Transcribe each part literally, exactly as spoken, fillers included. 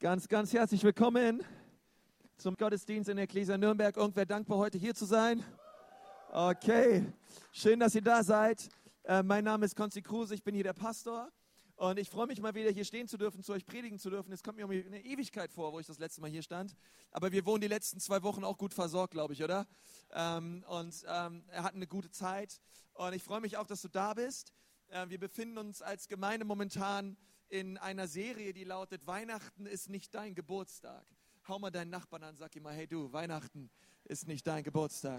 Ganz, ganz herzlich willkommen zum Gottesdienst in der Ecclesia Nürnberg. Irgendwer dankbar, heute hier zu sein? Okay, schön, dass ihr da seid. Äh, mein Name ist Konsti Kruse, ich bin hier der Pastor. Und ich freue mich mal wieder hier stehen zu dürfen, zu euch predigen zu dürfen. Es kommt mir um eine Ewigkeit vor, wo ich das letzte Mal hier stand. Aber wir wurden die letzten zwei Wochen auch gut versorgt, glaube ich, oder? Ähm, und ähm, er hat eine gute Zeit. Und ich freue mich auch, dass du da bist. Äh, wir befinden uns als Gemeinde momentan in einer Serie, die lautet: Weihnachten ist nicht dein Geburtstag. Hau mal deinen Nachbarn an, sag ihm mal: Hey du, Weihnachten ist nicht dein Geburtstag.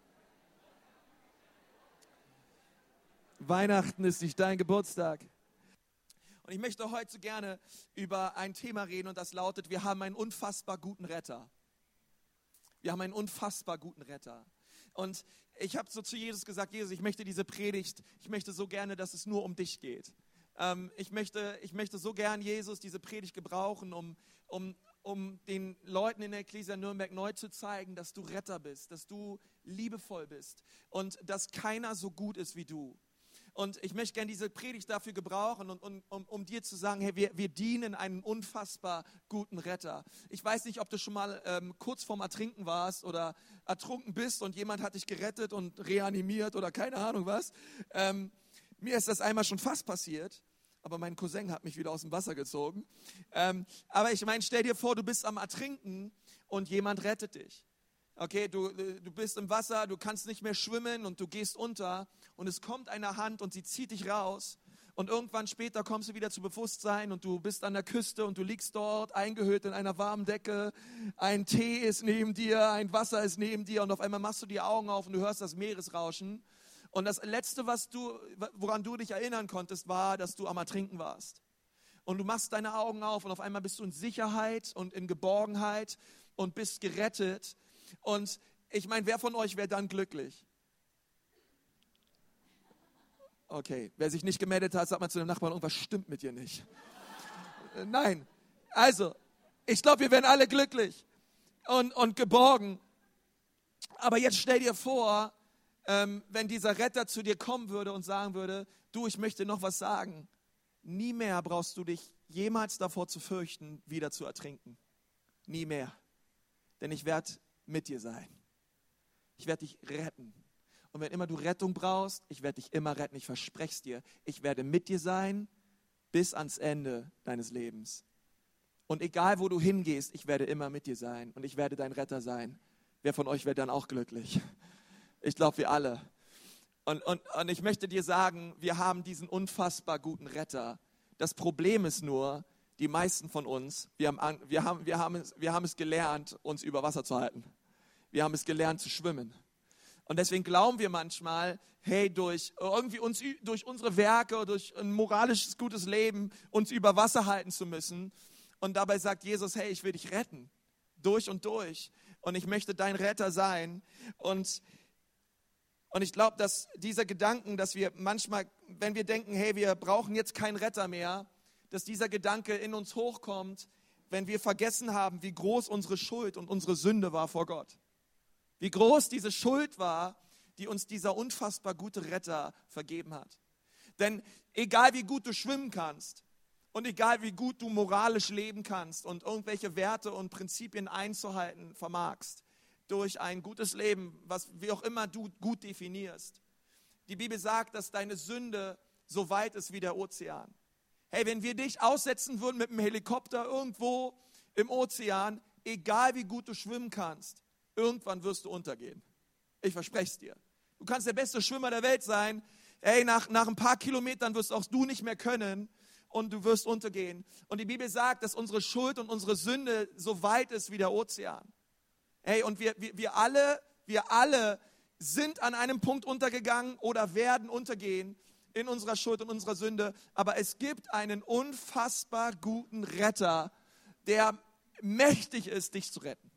Weihnachten ist nicht dein Geburtstag. Und ich möchte heute so gerne über ein Thema reden, und das lautet: Wir haben einen unfassbar guten Retter. Wir haben einen unfassbar guten Retter. Und ich habe so zu Jesus gesagt: Jesus, ich möchte diese Predigt, ich möchte so gerne, dass es nur um dich geht. Ähm, ich möchte, ich möchte so gern, Jesus, diese Predigt gebrauchen, um, um, um den Leuten in der Ecclesia Nürnberg neu zu zeigen, dass du Retter bist, dass du liebevoll bist und dass keiner so gut ist wie du. Und ich möchte gerne diese Predigt dafür gebrauchen, und, und, um, um dir zu sagen: Hey, wir, wir dienen einem unfassbar guten Retter. Ich weiß nicht, ob du schon mal ähm, kurz vorm Ertrinken warst oder ertrunken bist und jemand hat dich gerettet und reanimiert oder keine Ahnung was. Ähm, mir ist das einmal schon fast passiert, aber mein Cousin hat mich wieder aus dem Wasser gezogen. Ähm, aber ich meine, stell dir vor, du bist am Ertrinken und jemand rettet dich. Okay, du, du bist im Wasser, du kannst nicht mehr schwimmen und du gehst unter und es kommt eine Hand und sie zieht dich raus und irgendwann später kommst du wieder zu Bewusstsein und du bist an der Küste und du liegst dort eingehüllt in einer warmen Decke, ein Tee ist neben dir, ein Wasser ist neben dir und auf einmal machst du die Augen auf und du hörst das Meeresrauschen und das Letzte, was du, woran du dich erinnern konntest, war, dass du am Ertrinken warst. Und du machst deine Augen auf und auf einmal bist du in Sicherheit und in Geborgenheit und bist gerettet. Und ich meine, wer von euch wäre dann glücklich? Okay, wer sich nicht gemeldet hat, sagt mal zu dem Nachbarn: Irgendwas stimmt mit dir nicht. Nein, also, ich glaube, wir wären alle glücklich und, und geborgen. Aber jetzt stell dir vor, ähm, wenn dieser Retter zu dir kommen würde und sagen würde: Du, ich möchte noch was sagen. Nie mehr brauchst du dich jemals davor zu fürchten, wieder zu ertrinken. Nie mehr. Denn ich werde mit dir sein. Ich werde dich retten. Und wenn immer du Rettung brauchst, ich werde dich immer retten. Ich verspreche es dir. Ich werde mit dir sein bis ans Ende deines Lebens. Und egal, wo du hingehst, ich werde immer mit dir sein. Und ich werde dein Retter sein. Wer von euch wäre dann auch glücklich? Ich glaube, wir alle. Und, und, und ich möchte dir sagen, wir haben diesen unfassbar guten Retter. Das Problem ist nur, die meisten von uns, wir haben, wir, haben, wir, haben es, wir haben es gelernt, uns über Wasser zu halten. Wir haben es gelernt zu schwimmen. Und deswegen glauben wir manchmal, hey, durch, irgendwie uns, durch unsere Werke, durch ein moralisches, gutes Leben uns über Wasser halten zu müssen. Und dabei sagt Jesus: Hey, ich will dich retten. Durch und durch. Und ich möchte dein Retter sein. Und Und ich glaube, dass dieser Gedanken, dass wir manchmal, wenn wir denken, hey, wir brauchen jetzt keinen Retter mehr, dass dieser Gedanke in uns hochkommt, wenn wir vergessen haben, wie groß unsere Schuld und unsere Sünde war vor Gott. Wie groß diese Schuld war, die uns dieser unfassbar gute Retter vergeben hat. Denn egal wie gut du schwimmen kannst und egal wie gut du moralisch leben kannst und irgendwelche Werte und Prinzipien einzuhalten vermagst, durch ein gutes Leben, was wie auch immer du gut definierst. Die Bibel sagt, dass deine Sünde so weit ist wie der Ozean. Hey, wenn wir dich aussetzen würden mit einem Helikopter irgendwo im Ozean, egal wie gut du schwimmen kannst, irgendwann wirst du untergehen. Ich verspreche es dir. Du kannst der beste Schwimmer der Welt sein. Hey, nach, nach ein paar Kilometern wirst auch du nicht mehr können und du wirst untergehen. Und die Bibel sagt, dass unsere Schuld und unsere Sünde so weit ist wie der Ozean. Hey, und wir, wir, wir, alle, wir alle sind an einem Punkt untergegangen oder werden untergehen in unserer Schuld und unserer Sünde. Aber es gibt einen unfassbar guten Retter, der mächtig ist, dich zu retten.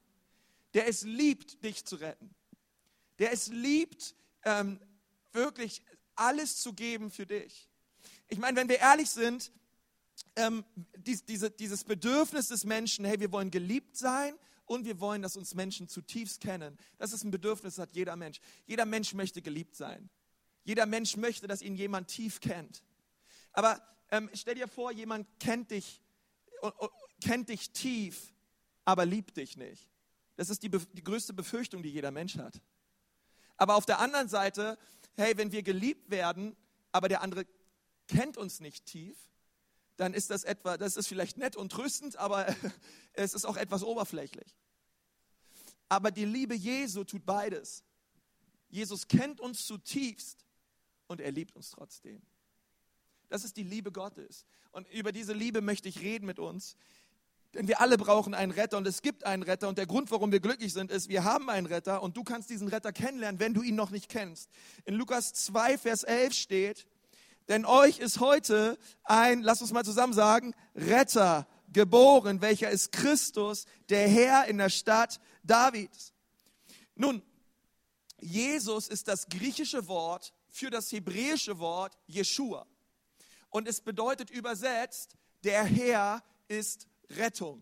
Der es liebt, dich zu retten. Der es liebt, ähm, wirklich alles zu geben für dich. Ich meine, wenn wir ehrlich sind, ähm, dies, diese, dieses Bedürfnis des Menschen, hey, wir wollen geliebt sein, und wir wollen, dass uns Menschen zutiefst kennen. Das ist ein Bedürfnis, das hat jeder Mensch. Jeder Mensch möchte geliebt sein. Jeder Mensch möchte, dass ihn jemand tief kennt. Aber ähm, stell dir vor, jemand kennt dich kennt dich tief, aber liebt dich nicht. Das ist die, die größte Befürchtung, die jeder Mensch hat. Aber auf der anderen Seite, hey, wenn wir geliebt werden, aber der andere kennt uns nicht tief, dann ist das etwa, das ist vielleicht nett und tröstend, aber es ist auch etwas oberflächlich. Aber die Liebe Jesu tut beides. Jesus kennt uns zutiefst und er liebt uns trotzdem. Das ist die Liebe Gottes. Und über diese Liebe möchte ich reden mit uns. Denn wir alle brauchen einen Retter und es gibt einen Retter. Und der Grund, warum wir glücklich sind, ist, wir haben einen Retter und du kannst diesen Retter kennenlernen, wenn du ihn noch nicht kennst. In Lukas zwei, Vers elf steht, denn euch ist heute ein, lass uns mal zusammen sagen, Retter geboren, welcher ist Christus, der Herr in der Stadt Davids. Nun, Jesus ist das griechische Wort für das hebräische Wort Jeschua. Und es bedeutet übersetzt, der Herr ist Rettung.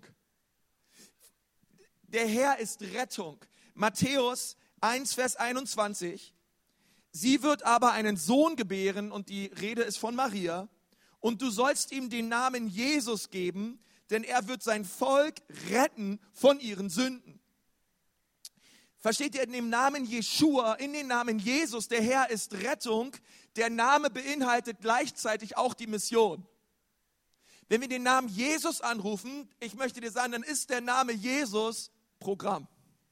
Der Herr ist Rettung. Matthäus eins, Vers einundzwanzig. Sie wird aber einen Sohn gebären, und die Rede ist von Maria, und du sollst ihm den Namen Jesus geben, denn er wird sein Volk retten von ihren Sünden. Versteht ihr, in dem Namen Jeschua, in den Namen Jesus, der Herr ist Rettung, der Name beinhaltet gleichzeitig auch die Mission. Wenn wir den Namen Jesus anrufen, ich möchte dir sagen, dann ist der Name Jesus Programm.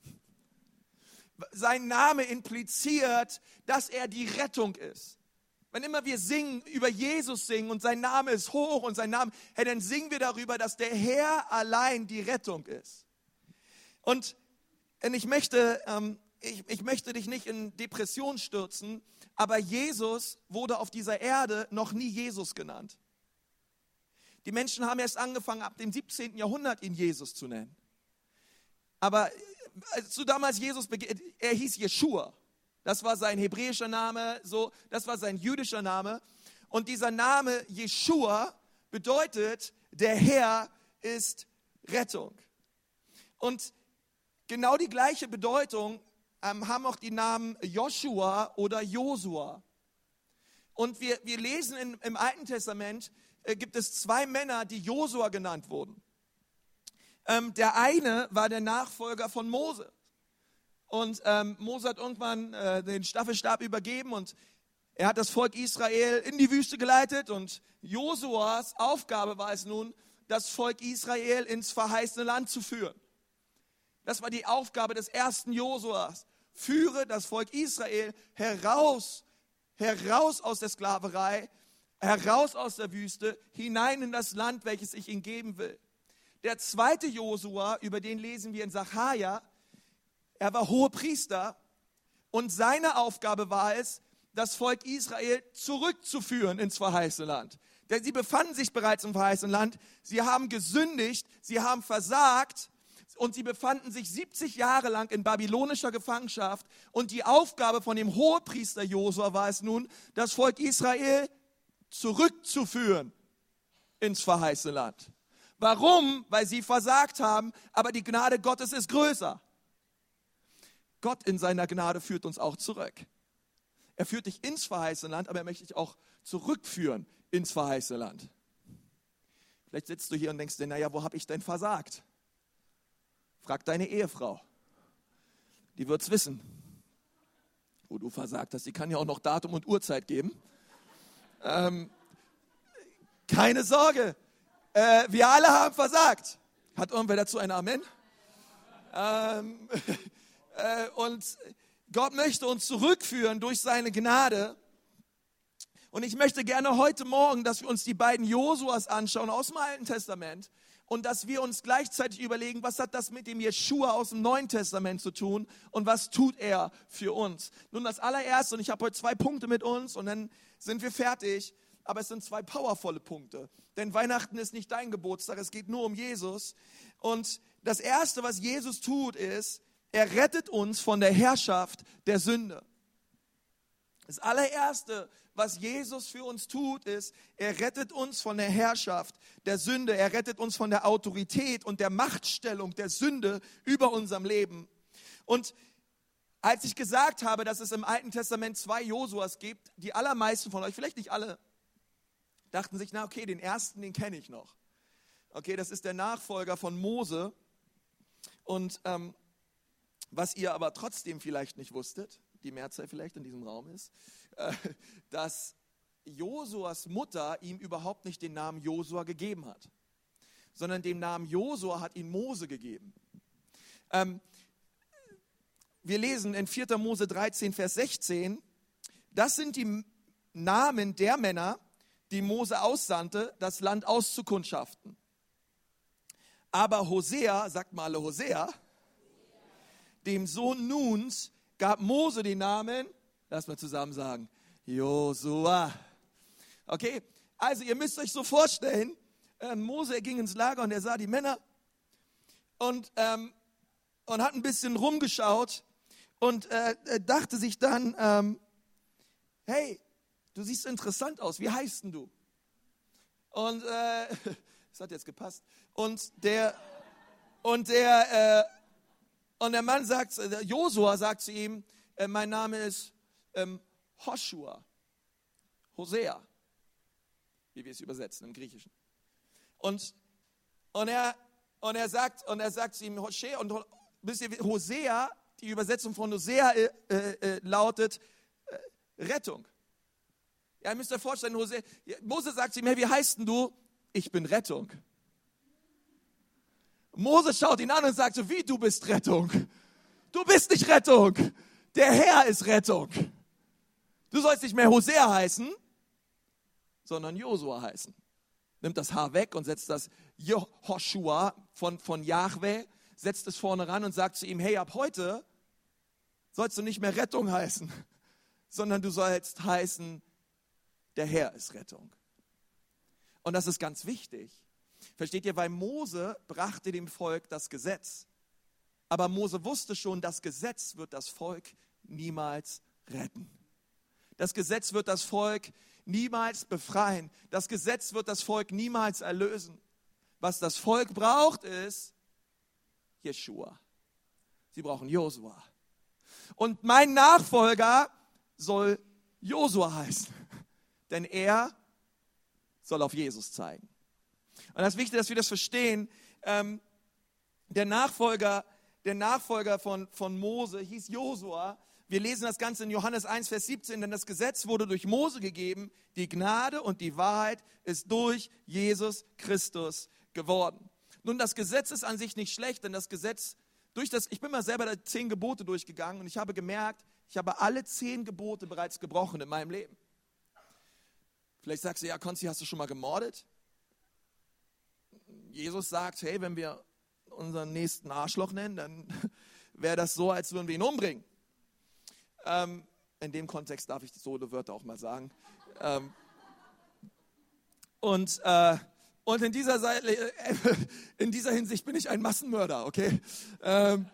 Sein Name impliziert, dass er die Rettung ist. Wenn immer wir singen, über Jesus singen und sein Name ist hoch und sein Name, hey, dann singen wir darüber, dass der Herr allein die Rettung ist. Und ich möchte, ähm, ich, ich möchte dich nicht in Depression stürzen, aber Jesus wurde auf dieser Erde noch nie Jesus genannt. Die Menschen haben erst angefangen, ab dem siebzehnten Jahrhundert ihn Jesus zu nennen. Aber zu damals Jesus, er hieß Jeschua. Das war sein hebräischer Name, so, das war sein jüdischer Name. Und dieser Name Jeschua bedeutet, der Herr ist Rettung. Und genau die gleiche Bedeutung ähm, haben auch die Namen Joshua oder Josua. Und wir, wir lesen in, im Alten Testament, äh, gibt es zwei Männer, die Josua genannt wurden. Ähm, der eine war der Nachfolger von Mose. Und ähm, Mose hat irgendwann äh, den Staffelstab übergeben und er hat das Volk Israel in die Wüste geleitet. Und Josuas Aufgabe war es nun, das Volk Israel ins verheißene Land zu führen. Das war die Aufgabe des ersten Josuas. Führe das Volk Israel heraus, heraus aus der Sklaverei, heraus aus der Wüste, hinein in das Land, welches ich ihnen geben will. Der zweite Josua, über den lesen wir in Sacharja, er war Hohepriester und seine Aufgabe war es, das Volk Israel zurückzuführen ins verheißene Land. Denn sie befanden sich bereits im verheißenen Land, sie haben gesündigt, sie haben versagt und sie befanden sich siebzig Jahre lang in babylonischer Gefangenschaft. Und die Aufgabe von dem Hohepriester Josua war es nun, das Volk Israel zurückzuführen ins verheißene Land. Warum? Weil sie versagt haben, aber die Gnade Gottes ist größer. Gott in seiner Gnade führt uns auch zurück. Er führt dich ins verheißene Land, aber er möchte dich auch zurückführen ins verheißene Land. Vielleicht sitzt du hier und denkst dir, naja, wo habe ich denn versagt? Frag deine Ehefrau. Die wird es wissen, wo du versagt hast. Die kann ja auch noch Datum und Uhrzeit geben. Ähm, keine Sorge, äh, wir alle haben versagt. Hat irgendwer dazu ein Amen? Ähm, äh, und Gott möchte uns zurückführen durch seine Gnade. Und ich möchte gerne heute Morgen, dass wir uns die beiden Josuas anschauen aus dem Alten Testament und dass wir uns gleichzeitig überlegen, was hat das mit dem Jeschua aus dem Neuen Testament zu tun und was tut er für uns. Nun das allererste, und ich habe heute zwei Punkte mit uns und dann sind wir fertig, aber es sind zwei powervolle Punkte. Denn Weihnachten ist nicht dein Geburtstag, es geht nur um Jesus. Und das erste, was Jesus tut, ist, er rettet uns von der Herrschaft der Sünde. Das allererste, was Jesus für uns tut, ist, er rettet uns von der Herrschaft der Sünde. Er rettet uns von der Autorität und der Machtstellung der Sünde über unserem Leben. Und als ich gesagt habe, dass es im Alten Testament zwei Josuas gibt, die allermeisten von euch, vielleicht nicht alle, dachten sich, na okay, den ersten, den kenne ich noch. Okay, das ist der Nachfolger von Mose. Und ähm, was ihr aber trotzdem vielleicht nicht wusstet, die Mehrzahl vielleicht in diesem Raum ist, äh, dass Josuas Mutter ihm überhaupt nicht den Namen Josua gegeben hat, sondern den Namen Josua hat ihm Mose gegeben. Ähm, wir lesen in vierter Mose dreizehn, Vers sechzehn, das sind die Namen der Männer, die Mose aussandte, das Land auszukundschaften. Aber Hosea, sagt mal alle Hosea, dem Sohn Nuns, gab Mose den Namen, lass mal zusammen sagen, Josua. Okay, also ihr müsst euch so vorstellen, äh, Mose ging ins Lager und er sah die Männer und, ähm, und hat ein bisschen rumgeschaut und äh, dachte sich dann, ähm, hey, du siehst interessant aus, wie heißt denn du? Und äh, das hat jetzt gepasst. Und der, und der, äh, und der Mann sagt, Josua sagt zu ihm, äh, mein Name ist ähm, Joshua, Hosea, wie wir es übersetzen im Griechischen. Und, und, er, und, er sagt, und er sagt zu ihm, Hosea, und wisst ihr, Hosea, die Übersetzung von Hosea äh, äh, lautet äh, Rettung. Ja, ihr müsst euch vorstellen, Hosea, Mose sagt zu ihm, hey, wie heißt denn du? Ich bin Rettung. Mose schaut ihn an und sagt so, wie, du bist Rettung? Du bist nicht Rettung. Der Herr ist Rettung. Du sollst nicht mehr Hosea heißen, sondern Josua heißen. Nimmt das H weg und setzt das Joshua von, von Jahwe, setzt es vorne ran und sagt zu ihm, hey, ab heute sollst du nicht mehr Rettung heißen, sondern du sollst heißen, der Herr ist Rettung. Und das ist ganz wichtig. Versteht ihr, weil Mose brachte dem Volk das Gesetz. Aber Mose wusste schon, das Gesetz wird das Volk niemals retten. Das Gesetz wird das Volk niemals befreien. Das Gesetz wird das Volk niemals erlösen. Was das Volk braucht, ist Jeschua. Sie brauchen Josua. Und mein Nachfolger soll Josua heißen. Denn er soll auf Jesus zeigen. Und das ist wichtig, dass wir das verstehen. Ähm, der Nachfolger, der Nachfolger von, von Mose hieß Josua. Wir lesen das Ganze in Johannes eins, Vers siebzehn, denn das Gesetz wurde durch Mose gegeben, die Gnade und die Wahrheit ist durch Jesus Christus geworden. Nun, das Gesetz ist an sich nicht schlecht, denn das Gesetz, durch das, ich bin mal selber die zehn Gebote durchgegangen und ich habe gemerkt, ich habe alle zehn Gebote bereits gebrochen in meinem Leben. Vielleicht sagst du, ja, Konzi, hast du schon mal gemordet? Jesus sagt, hey, wenn wir unseren nächsten Arschloch nennen, dann wäre das so, als würden wir ihn umbringen. Ähm, in dem Kontext darf ich so eine Wörter auch mal sagen. Ähm, und, äh, und in dieser, äh, in dieser Hinsicht bin ich ein Massenmörder, okay? Ähm,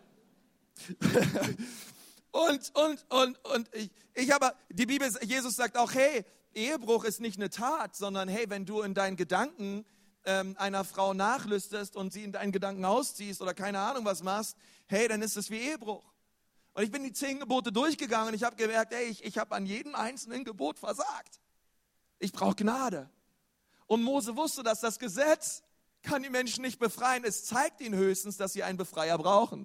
und und, und, und ich, ich habe, die Bibel, Jesus sagt auch, hey, Ehebruch ist nicht eine Tat, sondern hey, wenn du in deinen Gedanken ähm, einer Frau nachlüstest und sie in deinen Gedanken ausziehst oder keine Ahnung was machst, hey, dann ist es wie Ehebruch. Und ich bin die zehn Gebote durchgegangen und ich habe gemerkt, hey, ich, ich habe an jedem einzelnen Gebot versagt. Ich brauche Gnade. Und Mose wusste, dass das Gesetz kann die Menschen nicht befreien. Es zeigt ihnen höchstens, dass sie einen Befreier brauchen.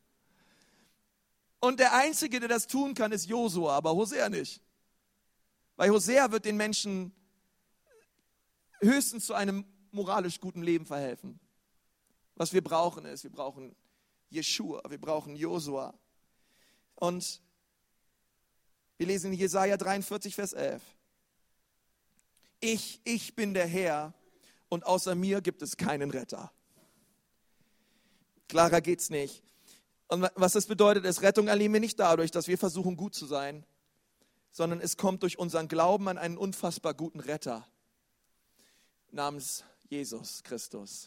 Und der Einzige, der das tun kann, ist Josua, aber Hosea nicht. Weil Hosea wird den Menschen höchstens zu einem moralisch guten Leben verhelfen. Was wir brauchen ist, wir brauchen Jeschua, wir brauchen Josua. Und wir lesen in Jesaja dreiundvierzig, Vers elf. Ich, ich bin der Herr und außer mir gibt es keinen Retter. Klarer geht's nicht. Und was das bedeutet, ist, Rettung erleben wir nicht dadurch, dass wir versuchen, gut zu sein, sondern es kommt durch unseren Glauben an einen unfassbar guten Retter namens Jesus Christus.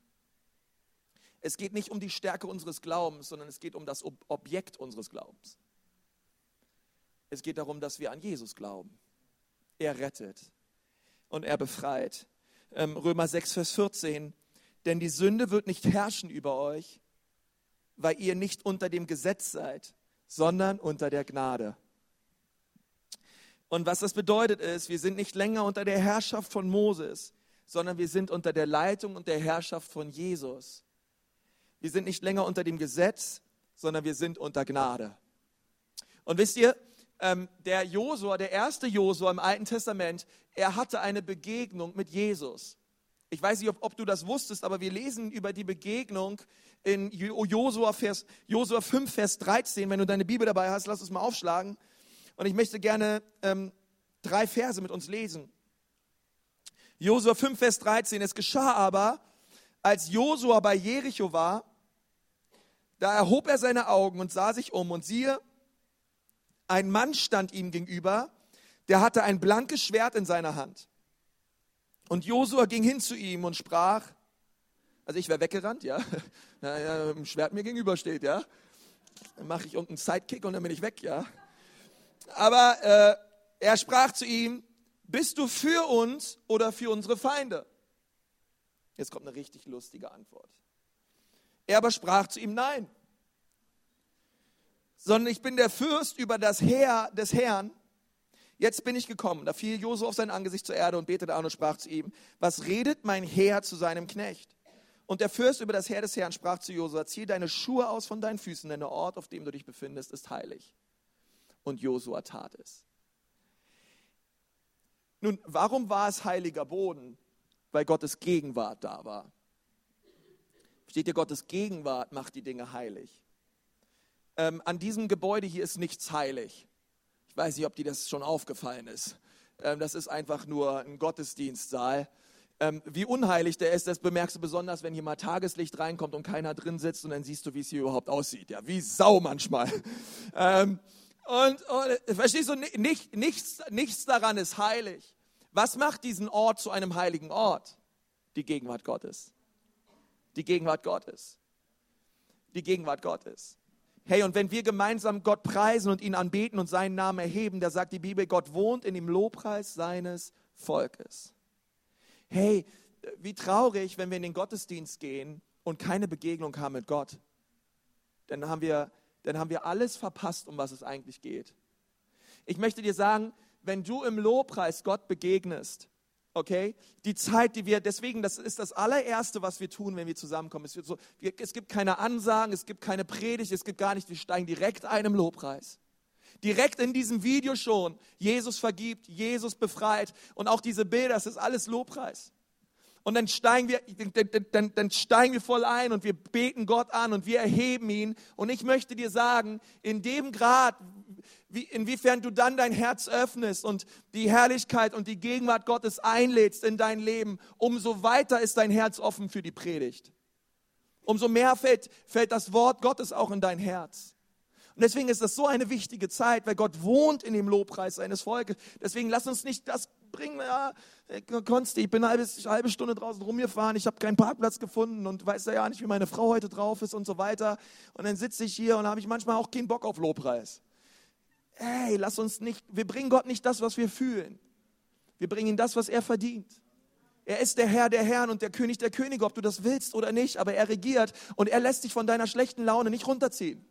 Es geht nicht um die Stärke unseres Glaubens, sondern es geht um das Ob- Objekt unseres Glaubens. Es geht darum, dass wir an Jesus glauben. Er rettet und er befreit. Ähm, Römer sechs, Vers vierzehn. Denn die Sünde wird nicht herrschen über euch, weil ihr nicht unter dem Gesetz seid, sondern unter der Gnade. Und was das bedeutet ist, wir sind nicht länger unter der Herrschaft von Moses, sondern wir sind unter der Leitung und der Herrschaft von Jesus. Wir sind nicht länger unter dem Gesetz, sondern wir sind unter Gnade. Und wisst ihr, ähm, der Josua, der erste Josua im Alten Testament, er hatte eine Begegnung mit Jesus. Ich weiß nicht, ob, ob du das wusstest, aber wir lesen über die Begegnung in Josua, Vers, Josua fünf, Vers dreizehn. Wenn du deine Bibel dabei hast, lass es mal aufschlagen. Und ich möchte gerne ähm, drei Verse mit uns lesen. Josua fünf, Vers dreizehn. Es geschah aber, als Josua bei Jericho war, da erhob er seine Augen und sah sich um und siehe, ein Mann stand ihm gegenüber, der hatte ein blankes Schwert in seiner Hand. Und Josua ging hin zu ihm und sprach, also ich wäre weggerannt, ja, naja, ein Schwert mir gegenübersteht, ja, dann mache ich irgendeinen Sidekick und dann bin ich weg, ja. Aber äh, er sprach zu ihm, bist du für uns oder für unsere Feinde? Jetzt kommt eine richtig lustige Antwort. Er aber sprach zu ihm, nein, sondern ich bin der Fürst über das Heer des Herrn. Jetzt bin ich gekommen. Da fiel Josua auf sein Angesicht zur Erde und betete an und sprach zu ihm, was redet mein Herr zu seinem Knecht? Und der Fürst über das Heer des Herrn sprach zu Josua, zieh deine Schuhe aus von deinen Füßen, denn der Ort, auf dem du dich befindest, ist heilig. Und Josua tat es. Nun, warum war es heiliger Boden? Weil Gottes Gegenwart da war. Versteht ihr, Gottes Gegenwart macht die Dinge heilig. Ähm, an diesem Gebäude hier ist nichts heilig. Ich weiß nicht, ob dir das schon aufgefallen ist. Ähm, das ist einfach nur ein Gottesdienstsaal. Ähm, wie unheilig der ist, das bemerkst du besonders, wenn hier mal Tageslicht reinkommt und keiner drin sitzt und dann siehst du, wie es hier überhaupt aussieht. Ja, wie Sau manchmal. ähm, und, und verstehst du, nicht, nichts, nichts daran ist heilig. Was macht diesen Ort zu einem heiligen Ort? Die Gegenwart Gottes. Die Gegenwart Gottes. Die Gegenwart Gottes. Hey, und wenn wir gemeinsam Gott preisen und ihn anbeten und seinen Namen erheben, da sagt die Bibel, Gott wohnt in dem Lobpreis seines Volkes. Hey, wie traurig, wenn wir in den Gottesdienst gehen und keine Begegnung haben mit Gott. Dann haben wir, dann haben wir alles verpasst, um was es eigentlich geht. Ich möchte dir sagen, wenn du im Lobpreis Gott begegnest, okay, die Zeit, die wir, deswegen, das ist das allererste, was wir tun, wenn wir zusammenkommen. Es wird so, wir, es gibt keine Ansagen, es gibt keine Predigt, es gibt gar nichts, wir steigen direkt ein im Lobpreis. Direkt in diesem Video schon, Jesus vergibt, Jesus befreit und auch diese Bilder, das ist alles Lobpreis. Und dann steigen wir, dann, dann, dann steigen wir voll ein und wir beten Gott an und wir erheben ihn. Und ich möchte dir sagen, in dem Grad, wie, inwiefern du dann dein Herz öffnest und die Herrlichkeit und die Gegenwart Gottes einlädst in dein Leben, umso weiter ist dein Herz offen für die Predigt. Umso mehr fällt, fällt das Wort Gottes auch in dein Herz. Und deswegen ist das so eine wichtige Zeit, weil Gott wohnt in dem Lobpreis seines Volkes. Deswegen lass uns nicht das bringen, ja, Konsti, ich bin eine halbe, eine halbe Stunde draußen rumgefahren, ich habe keinen Parkplatz gefunden und weiß ja nicht, wie meine Frau heute drauf ist und so weiter. Und dann sitze ich hier und habe ich manchmal auch keinen Bock auf Lobpreis. Hey, lass uns nicht, wir bringen Gott nicht das, was wir fühlen. Wir bringen ihm das, was er verdient. Er ist der Herr der Herren und der König der Könige, ob du das willst oder nicht, aber er regiert und er lässt dich von deiner schlechten Laune nicht runterziehen.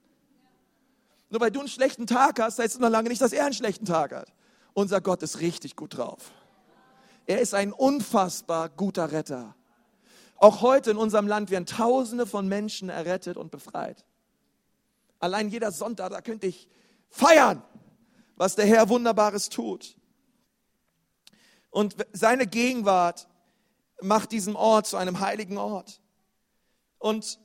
Nur weil du einen schlechten Tag hast, heißt es noch lange nicht, dass er einen schlechten Tag hat. Unser Gott ist richtig gut drauf. Er ist ein unfassbar guter Retter. Auch heute in unserem Land werden Tausende von Menschen errettet und befreit. Allein jeder Sonntag, da könnte ich feiern, was der Herr Wunderbares tut. Und seine Gegenwart macht diesen Ort zu einem heiligen Ort. Und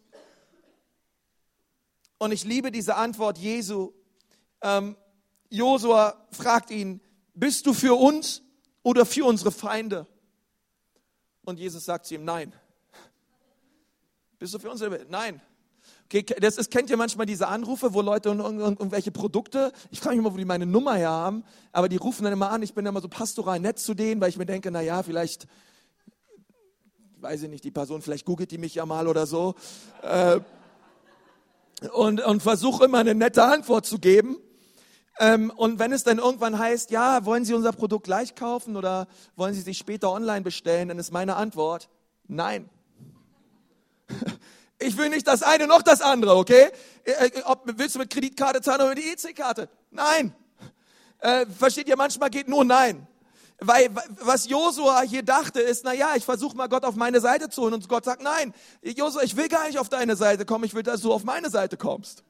Und ich liebe diese Antwort Jesu. Ähm, Josua fragt ihn, bist du für uns oder für unsere Feinde? Und Jesus sagt zu ihm, nein. Bist du für uns oder nein? Okay, das ist, kennt ihr manchmal diese Anrufe, wo Leute irgendwelche Produkte, ich frage mich immer, wo die meine Nummer her haben, aber die rufen dann immer an, ich bin immer so pastoral nett zu denen, weil ich mir denke, naja, vielleicht, weiß ich nicht, die Person, vielleicht googelt die mich ja mal oder so. Äh, Und, und versuche immer eine nette Antwort zu geben. Ähm, und wenn es dann irgendwann heißt, ja, wollen Sie unser Produkt gleich kaufen oder wollen Sie sich später online bestellen, dann ist meine Antwort, nein. Ich will nicht das eine noch das andere, okay? Äh, ob, willst du mit Kreditkarte zahlen oder mit der E C-Karte? Nein. Äh, versteht ihr, manchmal geht nur nein. Weil was Josua hier dachte ist, naja, ich versuche mal Gott auf meine Seite zu holen. Und Gott sagt, nein, Josua, ich will gar nicht auf deine Seite kommen, ich will, dass du auf meine Seite kommst.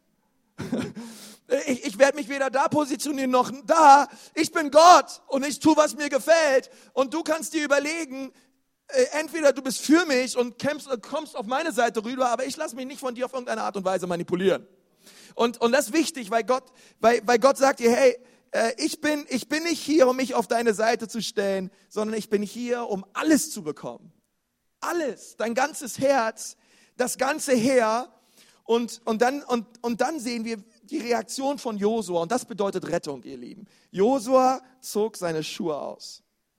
Ich, ich werde mich weder da positionieren noch da. Ich bin Gott und ich tue, was mir gefällt. Und du kannst dir überlegen, entweder du bist für mich und kämpfst, kommst auf meine Seite rüber, aber ich lasse mich nicht von dir auf irgendeine Art und Weise manipulieren. Und, und das ist wichtig, weil Gott, weil, weil Gott sagt dir, hey, ich bin, ich bin nicht hier, um mich auf deine Seite zu stellen, sondern ich bin hier, um alles zu bekommen. Alles, dein ganzes Herz, das ganze Heer. Und, und, dann, und, und dann sehen wir die Reaktion von Josua. Und das bedeutet Rettung, ihr Lieben. Josua zog seine Schuhe aus.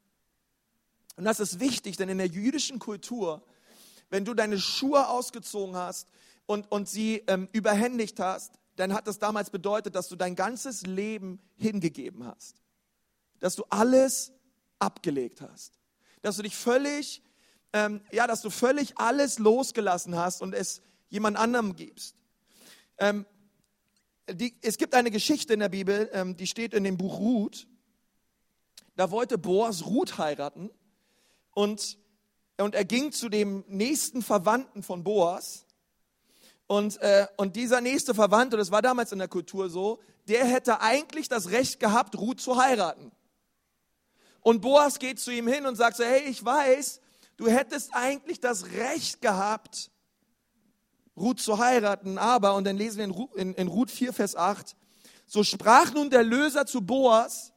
Und das ist wichtig, denn in der jüdischen Kultur, wenn du deine Schuhe ausgezogen hast und, und sie ähm, überhändigt hast, dann hat das damals bedeutet, dass du dein ganzes Leben hingegeben hast. Dass du alles abgelegt hast. Dass du dich völlig, ähm, ja, dass du völlig alles losgelassen hast und es jemand anderem gibst. Ähm, die, es gibt eine Geschichte in der Bibel, ähm, die steht in dem Buch Ruth. Da wollte Boas Ruth heiraten und, und er ging zu dem nächsten Verwandten von Boas. Und, äh, und dieser nächste Verwandte, das war damals in der Kultur so, der hätte eigentlich das Recht gehabt, Ruth zu heiraten. Und Boas geht zu ihm hin und sagt so, hey, ich weiß, du hättest eigentlich das Recht gehabt, Ruth zu heiraten, aber, und dann lesen wir in, Ruth, in, in Ruth vier, Vers acht, so sprach nun der Löser zu Boas,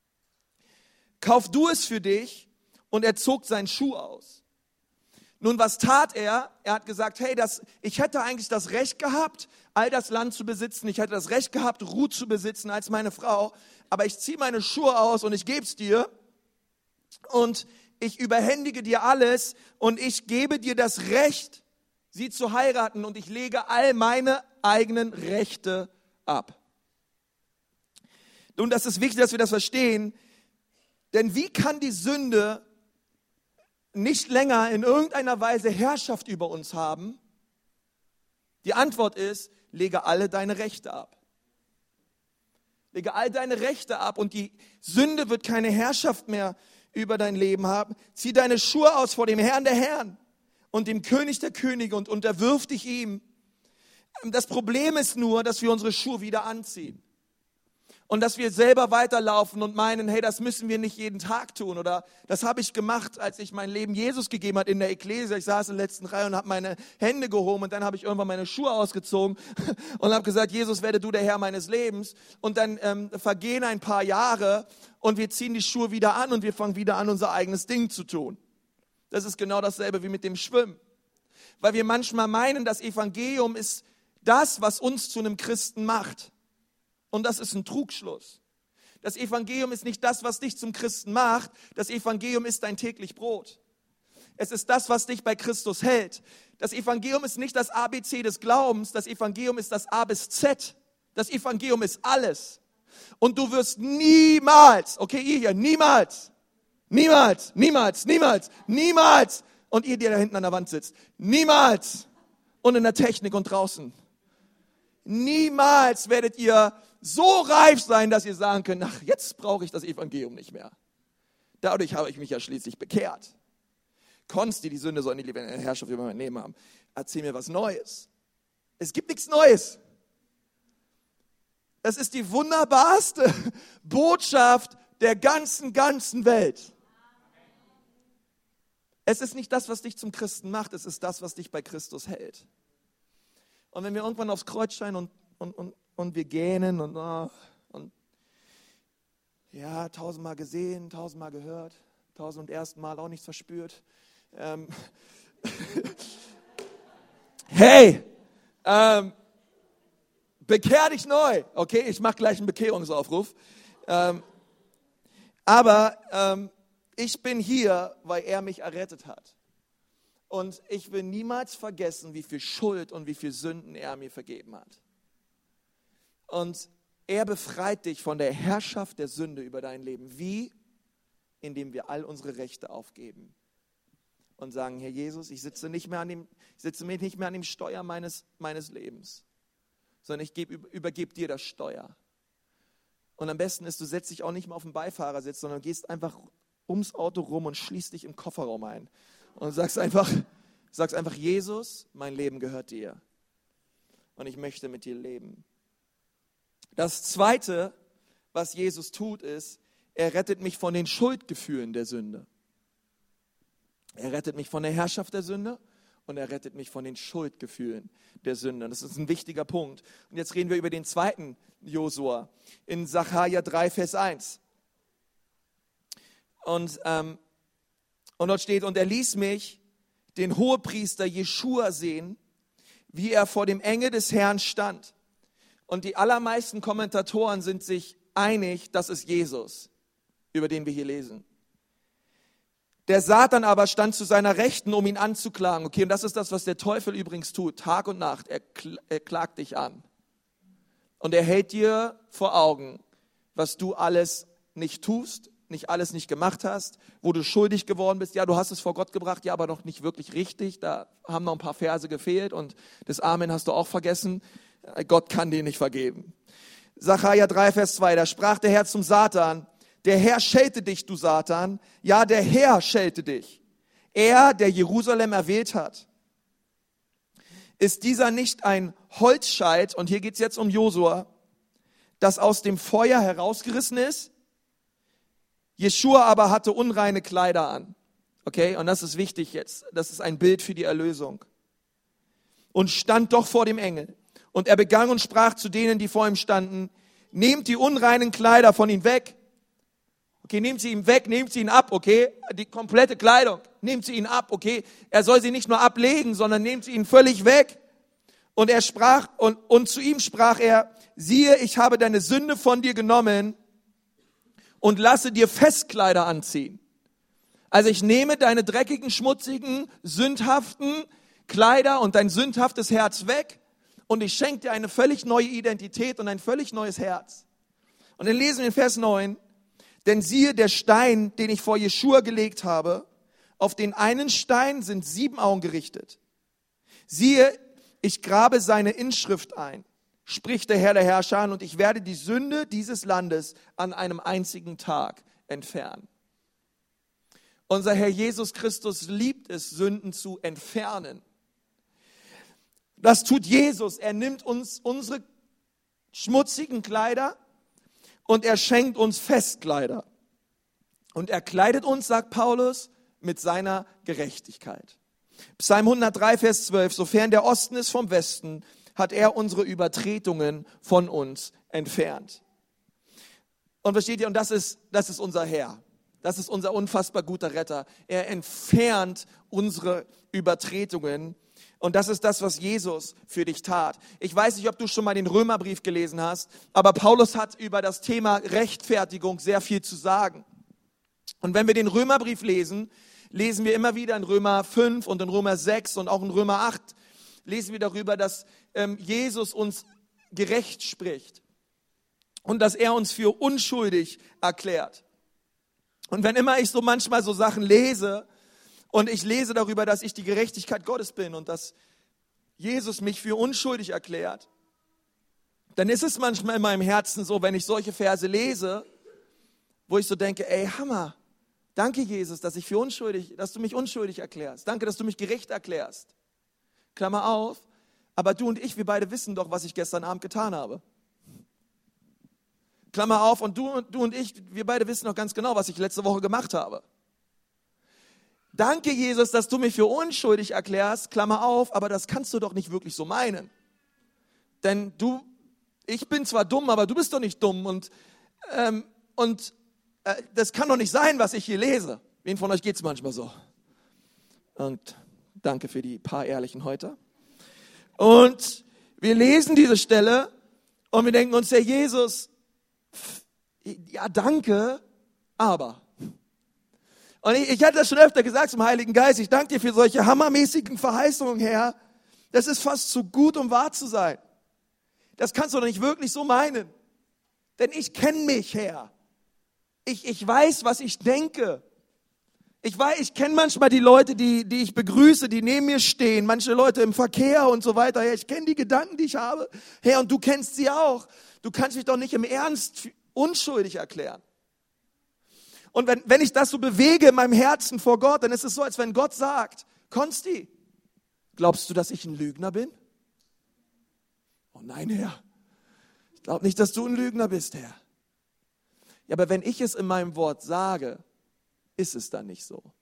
kauf du es für dich, und er zog seinen Schuh aus. Nun, was tat er? Er hat gesagt, hey, das, ich hätte eigentlich das Recht gehabt, all das Land zu besitzen, ich hätte das Recht gehabt, Ruth zu besitzen als meine Frau, aber ich ziehe meine Schuhe aus und ich gebe es dir und ich überhändige dir alles und ich gebe dir das Recht, sie zu heiraten und ich lege all meine eigenen Rechte ab. Nun, das ist wichtig, dass wir das verstehen, denn wie kann die Sünde nicht länger in irgendeiner Weise Herrschaft über uns haben? Die Antwort ist, lege alle deine Rechte ab. Lege all deine Rechte ab und die Sünde wird keine Herrschaft mehr über dein Leben haben. Zieh deine Schuhe aus vor dem Herrn der Herren und dem König der Könige und unterwirf dich ihm. Das Problem ist nur, dass wir unsere Schuhe wieder anziehen. Und dass wir selber weiterlaufen und meinen, hey, das müssen wir nicht jeden Tag tun. Oder das habe ich gemacht, als ich mein Leben Jesus gegeben habe in der Ekklesia. Ich saß in der letzten Reihe und habe meine Hände gehoben und dann habe ich irgendwann meine Schuhe ausgezogen und habe gesagt, Jesus, werde du der Herr meines Lebens. Und dann ähm, vergehen ein paar Jahre und wir ziehen die Schuhe wieder an und wir fangen wieder an, unser eigenes Ding zu tun. Das ist genau dasselbe wie mit dem Schwimmen. Weil wir manchmal meinen, das Evangelium ist das, was uns zu einem Christen macht. Und das ist ein Trugschluss. Das Evangelium ist nicht das, was dich zum Christen macht. Das Evangelium ist dein täglich Brot. Es ist das, was dich bei Christus hält. Das Evangelium ist nicht das A B C des Glaubens. Das Evangelium ist das A bis Z. Das Evangelium ist alles. Und du wirst niemals, okay, ihr hier, niemals, niemals, niemals, niemals, niemals, und ihr, der da hinten an der Wand sitzt, niemals, und in der Technik und draußen, niemals werdet ihr so reif sein, dass ihr sagen könnt, ach, jetzt brauche ich das Evangelium nicht mehr. Dadurch habe ich mich ja schließlich bekehrt. Konsti, die Sünde soll nicht lieber eine Herrschaft über mein Leben haben. Erzähl mir was Neues. Es gibt nichts Neues. Das ist die wunderbarste Botschaft der ganzen, ganzen Welt. Es ist nicht das, was dich zum Christen macht, es ist das, was dich bei Christus hält. Und wenn wir irgendwann aufs Kreuz steigen und, und, und, und wir gähnen und, und ja, tausendmal gesehen, tausendmal gehört, tausend und ersten Mal auch nichts verspürt. Ähm, hey, ähm, bekehr dich neu. Okay, ich mache gleich einen Bekehrungsaufruf. Ähm, aber ähm, ich bin hier, weil er mich errettet hat. Und ich will niemals vergessen, wie viel Schuld und wie viel Sünden er mir vergeben hat. Und er befreit dich von der Herrschaft der Sünde über dein Leben. Wie? Indem wir all unsere Rechte aufgeben und sagen, Herr Jesus, ich sitze, nicht mehr an dem, ich sitze nicht mehr an dem Steuer meines, meines Lebens, sondern ich gebe, übergebe dir das Steuer. Und am besten ist, du setzt dich auch nicht mehr auf den Beifahrersitz, sondern gehst einfach ums Auto rum und schließt dich im Kofferraum ein und sagst einfach, sagst einfach, Jesus, mein Leben gehört dir und ich möchte mit dir leben. Das Zweite, was Jesus tut, ist, er rettet mich von den Schuldgefühlen der Sünde. Er rettet mich von der Herrschaft der Sünde und er rettet mich von den Schuldgefühlen der Sünde. Das ist ein wichtiger Punkt. Und jetzt reden wir über den zweiten Josua in Sacharja drei, Vers eins. Und, ähm, und dort steht, und er ließ mich, den Hohepriester Jeschua, sehen, wie er vor dem Engel des Herrn stand. Und die allermeisten Kommentatoren sind sich einig, das ist Jesus, über den wir hier lesen. Der Satan aber stand zu seiner Rechten, um ihn anzuklagen. Okay, und das ist das, was der Teufel übrigens tut, Tag und Nacht. Er, kl- er klagt dich an. Und er hält dir vor Augen, was du alles nicht tust, nicht alles nicht gemacht hast, wo du schuldig geworden bist. Ja, du hast es vor Gott gebracht, ja, aber noch nicht wirklich richtig. Da haben noch ein paar Verse gefehlt und das Amen hast du auch vergessen. Gott kann dir nicht vergeben. Sacharja drei, Vers zwei, da sprach der Herr zum Satan, der Herr schelte dich, du Satan. Ja, der Herr schelte dich. Er, der Jerusalem erwählt hat. Ist dieser nicht ein Holzscheit, und hier geht es jetzt um Josua, das aus dem Feuer herausgerissen ist? Jeschua aber hatte unreine Kleider an. Okay, und das ist wichtig jetzt. Das ist ein Bild für die Erlösung. Und stand doch vor dem Engel. Und er begann und sprach zu denen, die vor ihm standen, nehmt die unreinen Kleider von ihm weg. Okay, nehmt sie ihm weg, nehmt sie ihn ab, okay? Die komplette Kleidung, nehmt sie ihn ab, okay? Er soll sie nicht nur ablegen, sondern nehmt sie ihn völlig weg. Und er sprach, und, und zu ihm sprach er, siehe, ich habe deine Sünde von dir genommen und lasse dir Festkleider anziehen. Also ich nehme deine dreckigen, schmutzigen, sündhaften Kleider und dein sündhaftes Herz weg und ich schenke dir eine völlig neue Identität und ein völlig neues Herz. Und dann lesen wir in Vers neun, denn siehe, der Stein, den ich vor Jeschua gelegt habe, auf den einen Stein sind sieben Augen gerichtet. Siehe, ich grabe seine Inschrift ein, spricht der Herr der Herrscher, und ich werde die Sünde dieses Landes an einem einzigen Tag entfernen. Unser Herr Jesus Christus liebt es, Sünden zu entfernen. Das tut Jesus. Er nimmt uns unsere schmutzigen Kleider und er schenkt uns Festkleider. Und er kleidet uns, sagt Paulus, mit seiner Gerechtigkeit. Psalm hundertdrei, Vers zwölf, sofern der Osten ist vom Westen, hat er unsere Übertretungen von uns entfernt. Und versteht ihr, und das ist, das ist unser Herr. Das ist unser unfassbar guter Retter. Er entfernt unsere Übertretungen. Und das ist das, was Jesus für dich tat. Ich weiß nicht, ob du schon mal den Römerbrief gelesen hast, aber Paulus hat über das Thema Rechtfertigung sehr viel zu sagen. Und wenn wir den Römerbrief lesen, lesen wir immer wieder in Römer fünf und in Römer sechs und auch in Römer acht, lesen wir darüber, dass ähm, Jesus uns gerecht spricht und dass er uns für unschuldig erklärt. Und wenn immer ich so manchmal so Sachen lese und ich lese darüber, dass ich die Gerechtigkeit Gottes bin und dass Jesus mich für unschuldig erklärt, dann ist es manchmal in meinem Herzen so, wenn ich solche Verse lese, wo ich so denke, ey, Hammer, danke Jesus, dass ich für unschuldig, dass du mich unschuldig erklärst. Danke, dass du mich gerecht erklärst. Klammer auf, aber du und ich, wir beide wissen doch, was ich gestern Abend getan habe. Klammer auf, und du, du und ich, wir beide wissen noch ganz genau, was ich letzte Woche gemacht habe. Danke, Jesus, dass du mich für unschuldig erklärst, Klammer auf, aber das kannst du doch nicht wirklich so meinen. Denn du, ich bin zwar dumm, aber du bist doch nicht dumm. Und, ähm, und äh, das kann doch nicht sein, was ich hier lese. Wen von euch geht es manchmal so? Und danke für die paar Ehrlichen heute. Und wir lesen diese Stelle und wir denken uns, der Jesus, ja, danke, aber. Und ich, ich hatte das schon öfter gesagt zum Heiligen Geist, ich danke dir für solche hammermäßigen Verheißungen, Herr. Das ist fast zu gut, um wahr zu sein. Das kannst du doch nicht wirklich so meinen. Denn ich kenne mich, Herr. Ich, ich weiß, was ich denke. Ich weiß, ich kenne manchmal die Leute, die, die ich begrüße, die neben mir stehen, manche Leute im Verkehr und so weiter. Herr, ich kenne die Gedanken, die ich habe. Herr, und du kennst sie auch. Du kannst mich doch nicht im Ernst unschuldig erklären. Und wenn, wenn ich das so bewege in meinem Herzen vor Gott, dann ist es so, als wenn Gott sagt, Konsti, glaubst du, dass ich ein Lügner bin? Oh nein, Herr. Ich glaube nicht, dass du ein Lügner bist, Herr. Ja, aber wenn ich es in meinem Wort sage, ist es dann nicht so.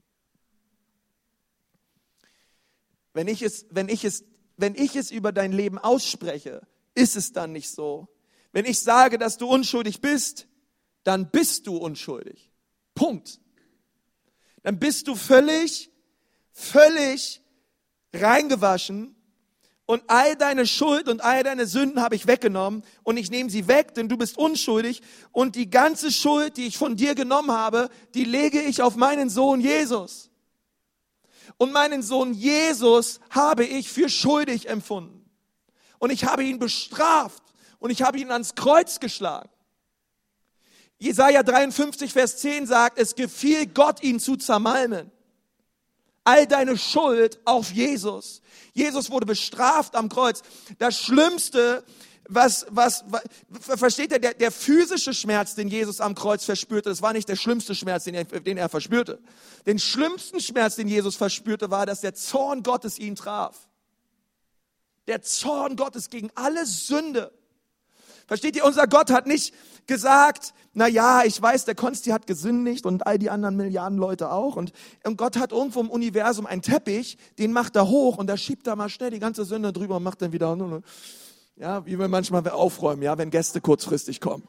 Wenn ich es, wenn ich es, wenn ich es über dein Leben ausspreche, ist es dann nicht so. Wenn ich sage, dass du unschuldig bist, dann bist du unschuldig. Punkt. Dann bist du völlig, völlig reingewaschen und all deine Schuld und all deine Sünden habe ich weggenommen und ich nehme sie weg, denn du bist unschuldig und die ganze Schuld, die ich von dir genommen habe, die lege ich auf meinen Sohn Jesus. Und meinen Sohn Jesus habe ich für schuldig empfunden. Und ich habe ihn bestraft und ich habe ihn ans Kreuz geschlagen. Jesaja dreiundfünfzig, Vers zehn sagt, es gefiel Gott, ihn zu zermalmen. All deine Schuld auf Jesus. Jesus wurde bestraft am Kreuz. Das Schlimmste, was, was, was versteht ihr, der, der physische Schmerz, den Jesus am Kreuz verspürte, das war nicht der schlimmste Schmerz, den er, den er verspürte. Den schlimmsten Schmerz, den Jesus verspürte, war, dass der Zorn Gottes ihn traf. Der Zorn Gottes gegen alle Sünde. Versteht ihr, unser Gott hat nicht gesagt, na ja, ich weiß, der Konsti hat gesündigt und all die anderen Milliarden Leute auch. Und, und Gott hat irgendwo im Universum einen Teppich, den macht er hoch und da schiebt er mal schnell die ganze Sünde drüber und macht dann wieder, ja, wie wir manchmal aufräumen, ja, wenn Gäste kurzfristig kommen.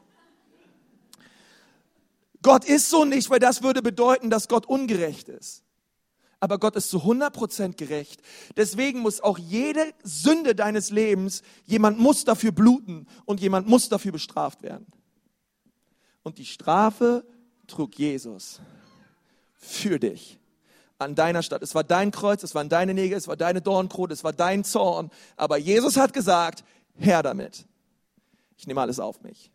Gott ist so nicht, weil das würde bedeuten, dass Gott ungerecht ist. Aber Gott ist zu hundert Prozent gerecht. Deswegen muss auch jede Sünde deines Lebens, jemand muss dafür bluten und jemand muss dafür bestraft werden. Und die Strafe trug Jesus für dich an deiner Stadt. Es war dein Kreuz, es waren deine Nägel, es war deine Dornkrone, es war dein Zorn. Aber Jesus hat gesagt, her damit. Ich nehme alles auf mich.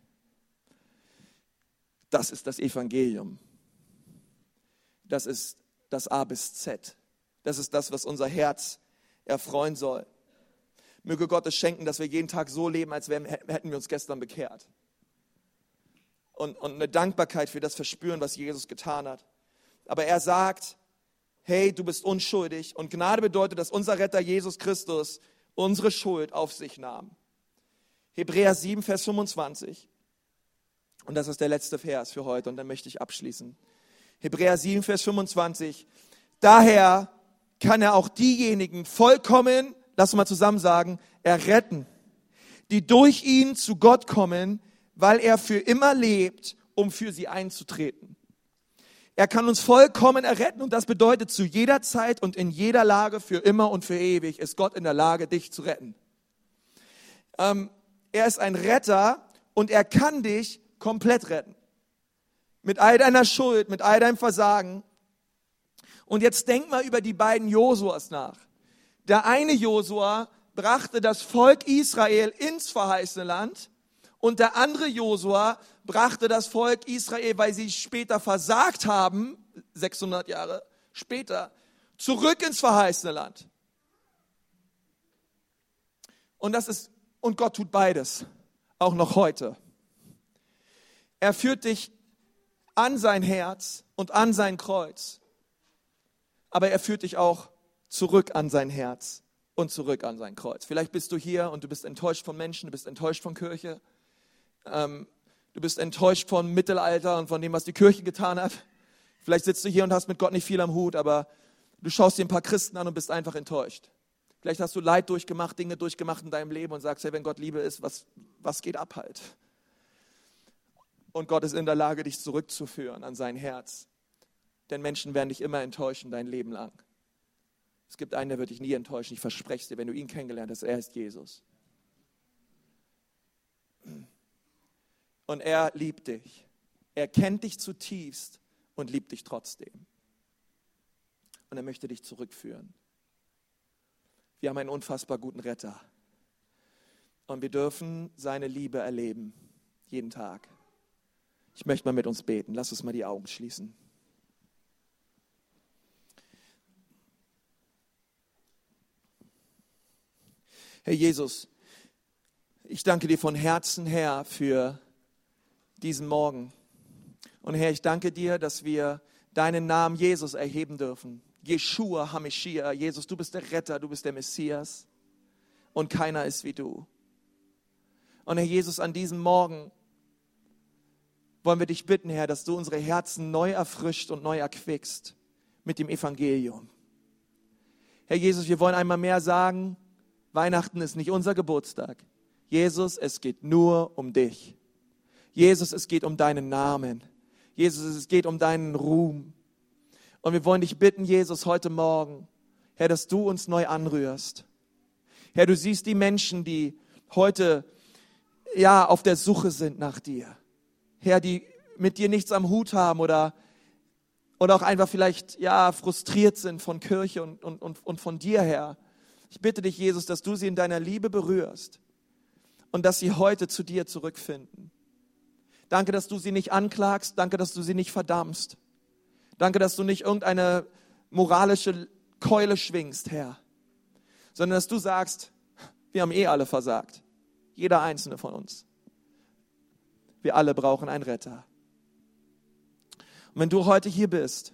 Das ist das Evangelium. Das ist das A bis Z. Das ist das, was unser Herz erfreuen soll. Möge Gott es schenken, dass wir jeden Tag so leben, als wären, hätten wir uns gestern bekehrt. Und, und eine Dankbarkeit für das verspüren, was Jesus getan hat. Aber er sagt, hey, du bist unschuldig. Und Gnade bedeutet, dass unser Retter Jesus Christus unsere Schuld auf sich nahm. Hebräer sieben, Vers fünfundzwanzig. Und das ist der letzte Vers für heute. Und dann möchte ich abschließen. Hebräer sieben, Vers fünfundzwanzig. Daher kann er auch diejenigen vollkommen, lass uns mal zusammen sagen, erretten, die durch ihn zu Gott kommen, weil er für immer lebt, um für sie einzutreten. Er kann uns vollkommen erretten und das bedeutet, zu jeder Zeit und in jeder Lage, für immer und für ewig, ist Gott in der Lage, dich zu retten. Ähm, er ist ein Retter und er kann dich komplett retten. Mit all deiner Schuld, mit all deinem Versagen. Und jetzt denk mal über die beiden Josuas nach. Der eine Josua brachte das Volk Israel ins verheißene Land und der andere Josua brachte das Volk Israel, weil sie später versagt haben, sechshundert Jahre später, zurück ins verheißene Land. Und das ist, und Gott tut beides, auch noch heute. Er führt dich an sein Herz und an sein Kreuz. Aber er führt dich auch zurück an sein Herz und zurück an sein Kreuz. Vielleicht bist du hier und du bist enttäuscht von Menschen, du bist enttäuscht von Kirche. Ähm, du bist enttäuscht vom Mittelalter und von dem, was die Kirche getan hat. Vielleicht sitzt du hier und hast mit Gott nicht viel am Hut, aber du schaust dir ein paar Christen an und bist einfach enttäuscht. Vielleicht hast du Leid durchgemacht, Dinge durchgemacht in deinem Leben und sagst, hey, wenn Gott Liebe ist, was, was geht ab halt? Und Gott ist in der Lage, dich zurückzuführen an sein Herz. Denn Menschen werden dich immer enttäuschen, dein Leben lang. Es gibt einen, der wird dich nie enttäuschen. Ich verspreche es dir, wenn du ihn kennengelernt hast, er ist Jesus. Und er liebt dich. Er kennt dich zutiefst und liebt dich trotzdem. Und er möchte dich zurückführen. Wir haben einen unfassbar guten Retter. Und wir dürfen seine Liebe erleben, jeden Tag. Ich möchte mal mit uns beten. Lass uns mal die Augen schließen. Herr Jesus, ich danke dir von Herzen her für diesen Morgen Und Herr, ich danke dir, dass wir deinen Namen Jesus erheben dürfen. Jeshua HaMashiach, Jesus, du bist der Retter, du bist der Messias und keiner ist wie du. Und Herr Jesus, an diesem Morgen wollen wir dich bitten, Herr, dass du unsere Herzen neu erfrischt und neu erquickst mit dem Evangelium. Herr Jesus, wir wollen einmal mehr sagen, Weihnachten ist nicht unser Geburtstag. Jesus, es geht nur um dich. Jesus, es geht um deinen Namen. Jesus, es geht um deinen Ruhm. Und wir wollen dich bitten, Jesus, heute Morgen, Herr, dass du uns neu anrührst. Herr, du siehst die Menschen, die heute ja auf der Suche sind nach dir. Herr, die mit dir nichts am Hut haben oder, oder auch einfach vielleicht ja frustriert sind von Kirche und, und, und, und von dir, Herr. Ich bitte dich, Jesus, dass du sie in deiner Liebe berührst und dass sie heute zu dir zurückfinden. Danke, dass du sie nicht anklagst. Danke, dass du sie nicht verdammst. Danke, dass du nicht irgendeine moralische Keule schwingst, Herr, sondern dass du sagst, wir haben eh alle versagt. Jeder einzelne von uns. Wir alle brauchen einen Retter. Und wenn du heute hier bist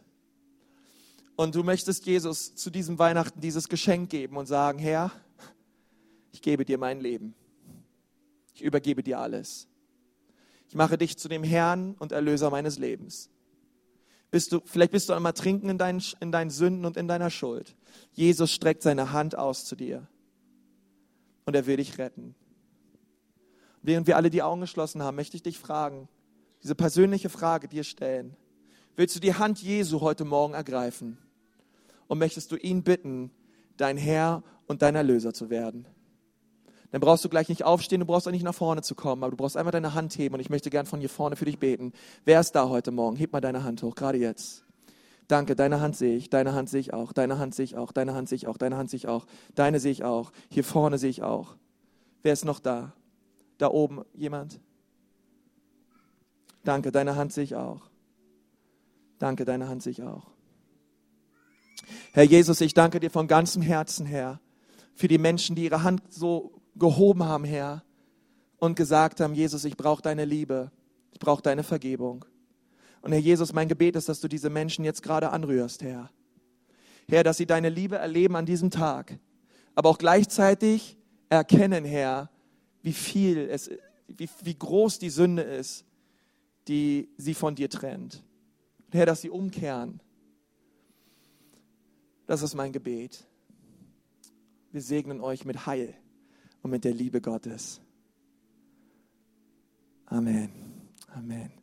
und du möchtest Jesus zu diesem Weihnachten dieses Geschenk geben und sagen, Herr, ich gebe dir mein Leben. Ich übergebe dir alles. Ich mache dich zu dem Herrn und Erlöser meines Lebens. Bist du, vielleicht bist du einmal trinken in deinen, in deinen Sünden und in deiner Schuld. Jesus streckt seine Hand aus zu dir und er will dich retten. Während wir alle die Augen geschlossen haben, möchte ich dich fragen, diese persönliche Frage dir stellen. Willst du die Hand Jesu heute Morgen ergreifen und möchtest du ihn bitten, dein Herr und dein Erlöser zu werden? Dann brauchst du gleich nicht aufstehen, du brauchst auch nicht nach vorne zu kommen, aber du brauchst einfach deine Hand heben und ich möchte gern von hier vorne für dich beten. Wer ist da heute Morgen? Heb mal deine Hand hoch, gerade jetzt. Danke, deine Hand sehe ich, deine Hand sehe ich auch, deine Hand sehe ich auch, deine Hand sehe ich auch, deine Hand sehe ich auch, deine sehe ich auch, hier vorne sehe ich auch. Wer ist noch da? Da oben jemand? Danke, deine Hand sehe ich auch. Danke, deine Hand sehe ich auch. Herr Jesus, ich danke dir von ganzem Herzen, Herr, für die Menschen, die ihre Hand so gehoben haben, Herr, und gesagt haben, Jesus, ich brauche deine Liebe, ich brauche deine Vergebung. Und Herr Jesus, mein Gebet ist, dass du diese Menschen jetzt gerade anrührst, Herr. Herr, dass sie deine Liebe erleben an diesem Tag, aber auch gleichzeitig erkennen, Herr, wie viel es, wie, wie groß die Sünde ist, die sie von dir trennt. Und Herr, dass sie umkehren. Das ist mein Gebet. Wir segnen euch mit Heil und mit der Liebe Gottes. Amen. Amen.